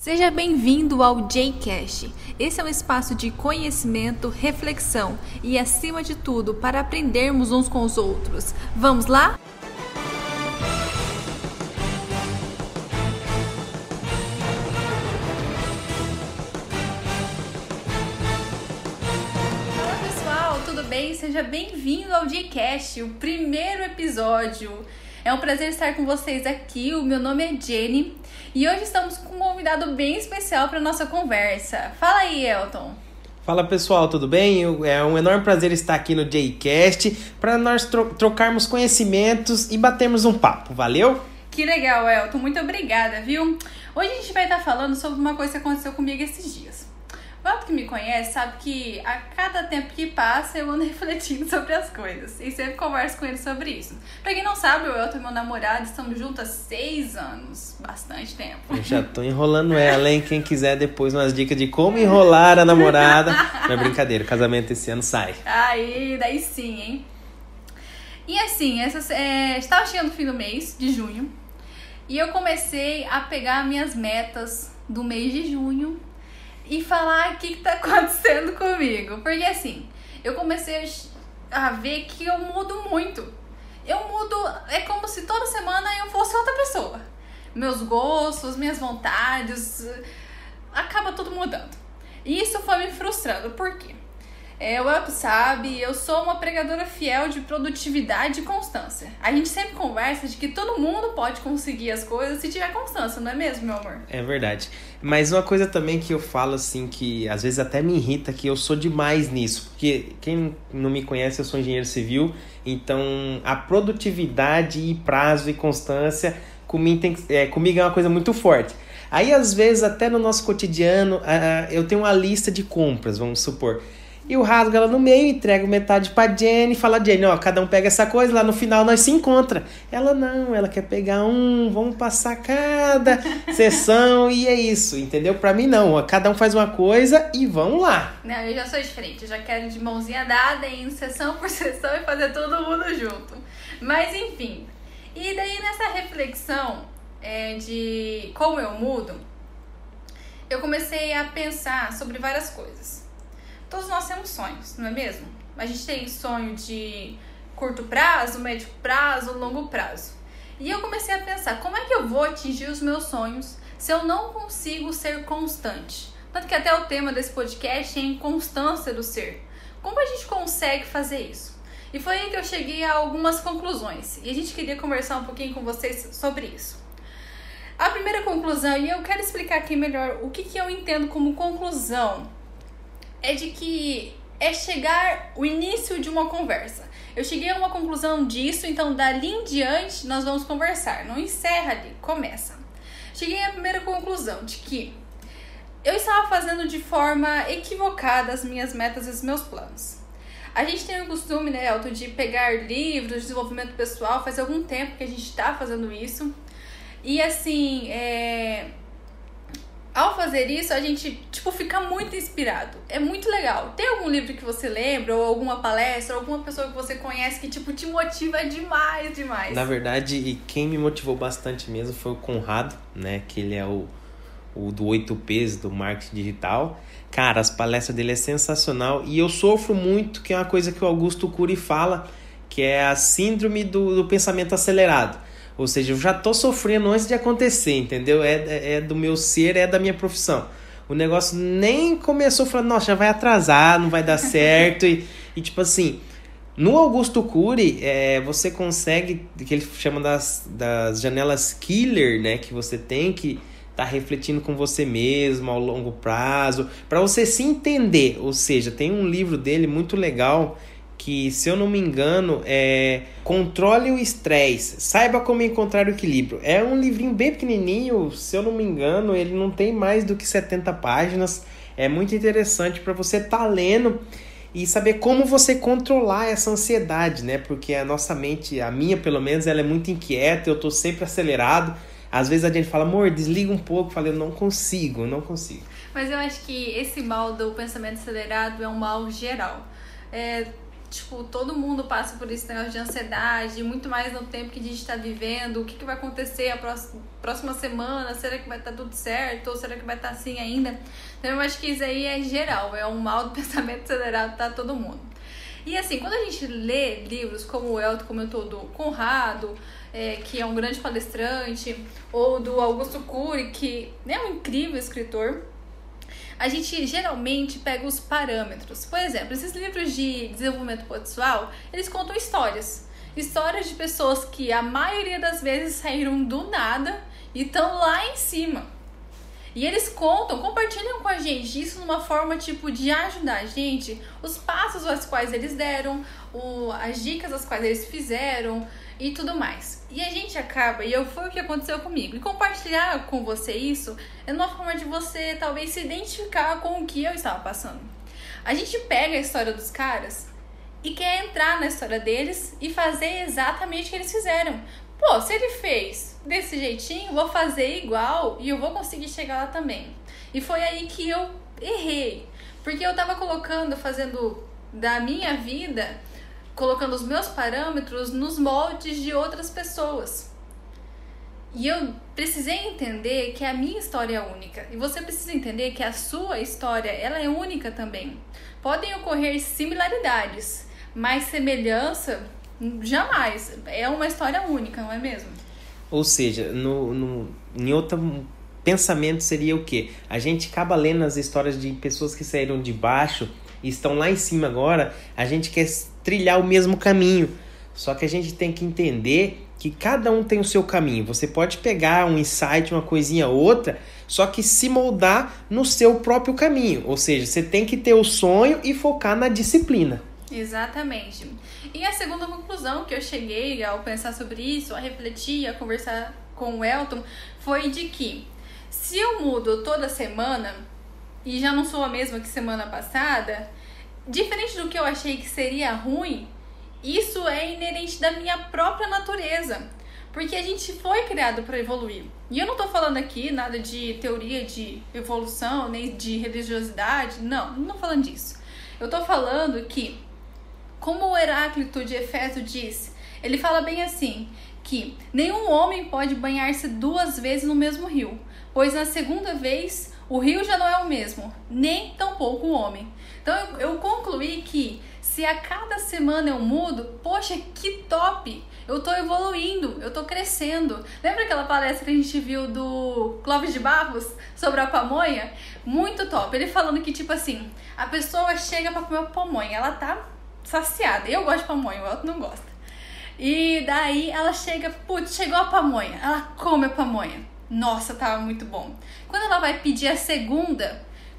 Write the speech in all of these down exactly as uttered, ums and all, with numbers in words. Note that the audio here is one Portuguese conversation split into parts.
Seja bem-vindo ao J-Cast. Esse é um espaço de conhecimento, reflexão e, acima de tudo, para aprendermos uns com os outros. Vamos lá? Olá pessoal, tudo bem? Seja bem-vindo ao J-Cast, o primeiro episódio. É um prazer estar com vocês aqui. O meu nome é Jenny e hoje estamos com um convidado bem especial para nossa conversa. Fala aí, Elton. Fala pessoal, tudo bem? É um enorme prazer estar aqui no J-Cast para nós tro- trocarmos conhecimentos e batermos um papo. Valeu? Que legal, Elton. Muito obrigada, viu? Hoje a gente vai estar falando sobre uma coisa que aconteceu comigo esses dias. O Elton que me conhece sabe que a cada tempo que passa eu ando refletindo sobre as coisas e sempre converso com ele sobre isso. Pra quem não sabe, o Elton é meu namorado, estamos juntos há seis anos, bastante tempo. Eu já tô enrolando ela, hein? Quem quiser depois umas dicas de como enrolar a namorada. Não é brincadeira, o casamento esse ano sai. Aí, daí sim, hein? E assim, essa, é, estava chegando o fim do mês, de junho, e eu comecei a pegar minhas metas do mês de junho e falar o que, que tá acontecendo comigo. Porque assim, eu comecei a ver que eu mudo muito. Eu mudo, é como se toda semana eu fosse outra pessoa. Meus gostos, minhas vontades, acaba tudo mudando. E isso foi me frustrando. Por quê? É, o Elton sabe, eu sou uma pregadora fiel de produtividade e constância. A gente sempre conversa de que todo mundo pode conseguir as coisas se tiver constância, não é mesmo, meu amor? É verdade. Mas uma coisa também que eu falo assim, que às vezes até me irrita, que eu sou demais nisso. Porque quem não me conhece, eu sou engenheiro civil, então a produtividade e prazo e constância comigo, tem, é, comigo é uma coisa muito forte. Aí às vezes até no nosso cotidiano, uh, eu tenho uma lista de compras, vamos supor. Eu rasgo ela no meio, entrego metade pra Jenny e falo, Jenny, ó, cada um pega essa coisa, lá no final nós se encontra. Ela não, ela quer pegar um, vamos passar cada sessão e é isso, entendeu? Pra mim não, ó, cada um faz uma coisa e vamos lá. Não, eu já sou diferente, eu já quero de mãozinha dada, indo sessão por sessão e fazer todo mundo junto. Mas enfim, e daí nessa reflexão é, de como eu mudo, eu comecei a pensar sobre várias coisas. Todos nós temos sonhos, não é mesmo? A gente tem sonho de curto prazo, médio prazo, longo prazo. E eu comecei a pensar, como é que eu vou atingir os meus sonhos se eu não consigo ser constante? Tanto que até o tema desse podcast é inconstância do ser. Como a gente consegue fazer isso? E foi aí que eu cheguei a algumas conclusões. E a gente queria conversar um pouquinho com vocês sobre isso. A primeira conclusão, e eu quero explicar aqui melhor o que, que eu entendo como conclusão, é de que é chegar o início de uma conversa. Eu cheguei a uma conclusão disso, então dali em diante nós vamos conversar. Não encerra ali, começa. Cheguei à primeira conclusão de que eu estava fazendo de forma equivocada as minhas metas e os meus planos. A gente tem o costume, né, Elton, de pegar livros de desenvolvimento pessoal. Faz algum tempo que a gente está fazendo isso. E assim, é... ao fazer isso, a gente, tipo, fica muito inspirado. É muito legal. Tem algum livro que você lembra, ou alguma palestra, ou alguma pessoa que você conhece que, tipo, te motiva demais, demais? Na verdade, e quem me motivou bastante mesmo foi o Conrado, né? Que ele é o, o do oito P's, do marketing digital. Cara, as palestras dele é sensacional. E eu sofro muito, que é uma coisa que o Augusto Cury fala, que é a síndrome do, do pensamento acelerado. Ou seja, eu já tô sofrendo antes de acontecer, entendeu? É, é do meu ser, é da minha profissão. O negócio nem começou falando, nossa, já vai atrasar, não vai dar certo. e, e tipo assim, no Augusto Cury, é, você consegue, que ele chama das, das janelas killer, né? Que você tem que tá refletindo com você mesmo ao longo prazo, para você se entender. Ou seja, tem um livro dele muito legal, que, se eu não me engano, é Controle o Estresse, Saiba Como Encontrar o Equilíbrio. É um livrinho bem pequenininho, se eu não me engano, ele não tem mais do que setenta páginas. É muito interessante para você estar tá lendo e saber como você controlar essa ansiedade, né? Porque a nossa mente, a minha pelo menos, ela é muito inquieta, eu tô sempre acelerado. Às vezes a gente fala, amor, desliga um pouco. Eu falo, eu não consigo, não consigo. Mas eu acho que esse mal do pensamento acelerado é um mal geral. É... tipo, todo mundo passa por esse negócio de ansiedade, muito mais no tempo que a gente está vivendo, o que, que vai acontecer a próxima, próxima semana, será que vai estar tudo certo, ou será que vai estar assim ainda? Então eu acho que isso aí é geral, é um mal do pensamento acelerado, tá todo mundo. E assim, quando a gente lê livros como o Elton comentou do Conrado, é, que é um grande palestrante, ou do Augusto Cury, que é um incrível escritor, a gente geralmente pega os parâmetros. Por exemplo, esses livros de desenvolvimento pessoal, eles contam histórias. Histórias de pessoas que a maioria das vezes saíram do nada e estão lá em cima. E eles contam, compartilham com a gente isso numa forma tipo de ajudar a gente, os passos aos quais eles deram, o, as dicas as quais eles fizeram e tudo mais. E a gente acaba, e eu, foi o que aconteceu comigo, e compartilhar com você isso é uma forma de você talvez se identificar com o que eu estava passando. A gente pega a história dos caras e quer entrar na história deles e fazer exatamente o que eles fizeram. Pô, se ele fez desse jeitinho, vou fazer igual e eu vou conseguir chegar lá também. E foi aí que eu errei, porque eu tava colocando, fazendo da minha vida, colocando os meus parâmetros nos moldes de outras pessoas. E eu precisei entender que a minha história é única. E você precisa entender que a sua história, ela é única também. Podem ocorrer similaridades, mas semelhança, jamais. É uma história única, não é mesmo? Ou seja, no, no, em outro pensamento seria o quê? A gente acaba lendo as histórias de pessoas que saíram de baixo e estão lá em cima agora, a gente quer trilhar o mesmo caminho. Só que a gente tem que entender que cada um tem o seu caminho. Você pode pegar um insight, uma coisinha outra, só que se moldar no seu próprio caminho. Ou seja, você tem que ter o sonho e focar na disciplina. Exatamente. E a segunda conclusão que eu cheguei ao pensar sobre isso, a refletir, a conversar com o Elton, foi de que se eu mudo toda semana e já não sou a mesma que semana passada, diferente do que eu achei que seria ruim, isso é inerente da minha própria natureza, porque a gente foi criado para evoluir. E eu não tô falando aqui nada de teoria de evolução, nem de religiosidade, não, não tô falando disso. Eu tô falando que, como o Heráclito de Éfeso diz, ele fala bem assim, que nenhum homem pode banhar-se duas vezes no mesmo rio, pois na segunda vez o rio já não é o mesmo, nem tampouco o homem. Então eu, eu concluí que se a cada semana eu mudo, poxa, que top! Eu tô evoluindo, eu tô crescendo. Lembra aquela palestra que a gente viu do Clóvis de Barros sobre a pamonha? Muito top. Ele falando que, tipo assim, a pessoa chega pra comer a pamonha, ela tá saciada. Eu gosto de pamonha, o Elton não gosta. E daí ela chega, putz, chegou a pamonha. Ela come a pamonha. Nossa, tava muito bom. Quando ela vai pedir a segunda,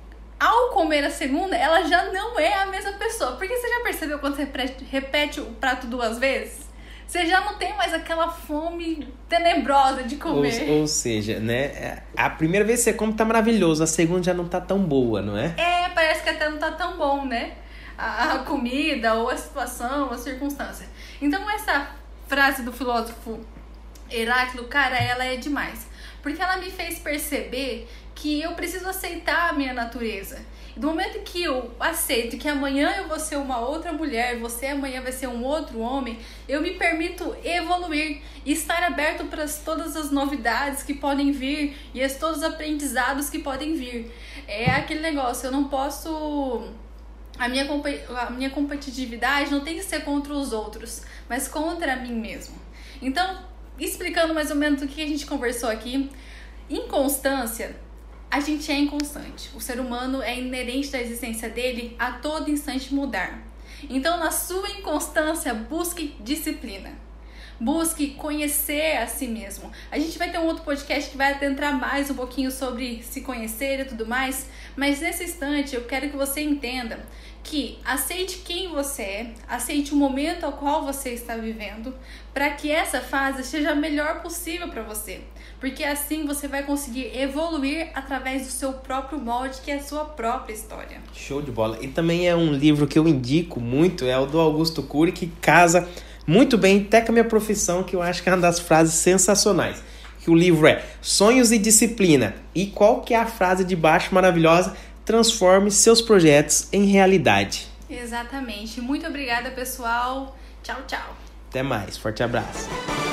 ao comer a segunda, ela já não é a mesma pessoa. Porque você já percebeu quando você repete o prato duas vezes? Você já não tem mais aquela fome tenebrosa de comer. Ou, ou seja, né? A primeira vez que você come tá maravilhoso, a segunda já não tá tão boa, não é? É, parece que até não tá tão bom, né? A, a comida, ou a situação, a circunstância. Então essa frase do filósofo Heráclito, cara, ela é demais. Porque ela me fez perceber que eu preciso aceitar a minha natureza. Do momento que eu aceito que amanhã eu vou ser uma outra mulher, você amanhã vai ser um outro homem, eu me permito evoluir e estar aberto para todas as novidades que podem vir e as, todos os aprendizados que podem vir. É aquele negócio, eu não posso... A minha, a minha competitividade não tem que ser contra os outros, mas contra mim mesmo. Então, explicando mais ou menos o que a gente conversou aqui, inconstância, a gente é inconstante. O ser humano é inerente da existência dele a todo instante mudar. Então, na sua inconstância, busque disciplina. Busque conhecer a si mesmo. A gente vai ter um outro podcast que vai adentrar mais um pouquinho sobre se conhecer e tudo mais, mas nesse instante eu quero que você entenda que aceite quem você é, aceite o momento ao qual você está vivendo, para que essa fase seja a melhor possível para você. Porque assim você vai conseguir evoluir através do seu próprio molde, que é a sua própria história. Show de bola. E também é um livro que eu indico muito, é o do Augusto Cury, que casa muito bem até com a minha profissão, que eu acho que é uma das frases sensacionais. Que o livro é Sonhos e Disciplina. E qual que é a frase de baixo maravilhosa? Transforme seus projetos em realidade. Exatamente. Muito obrigada, pessoal. Tchau, tchau. Até mais. Forte abraço.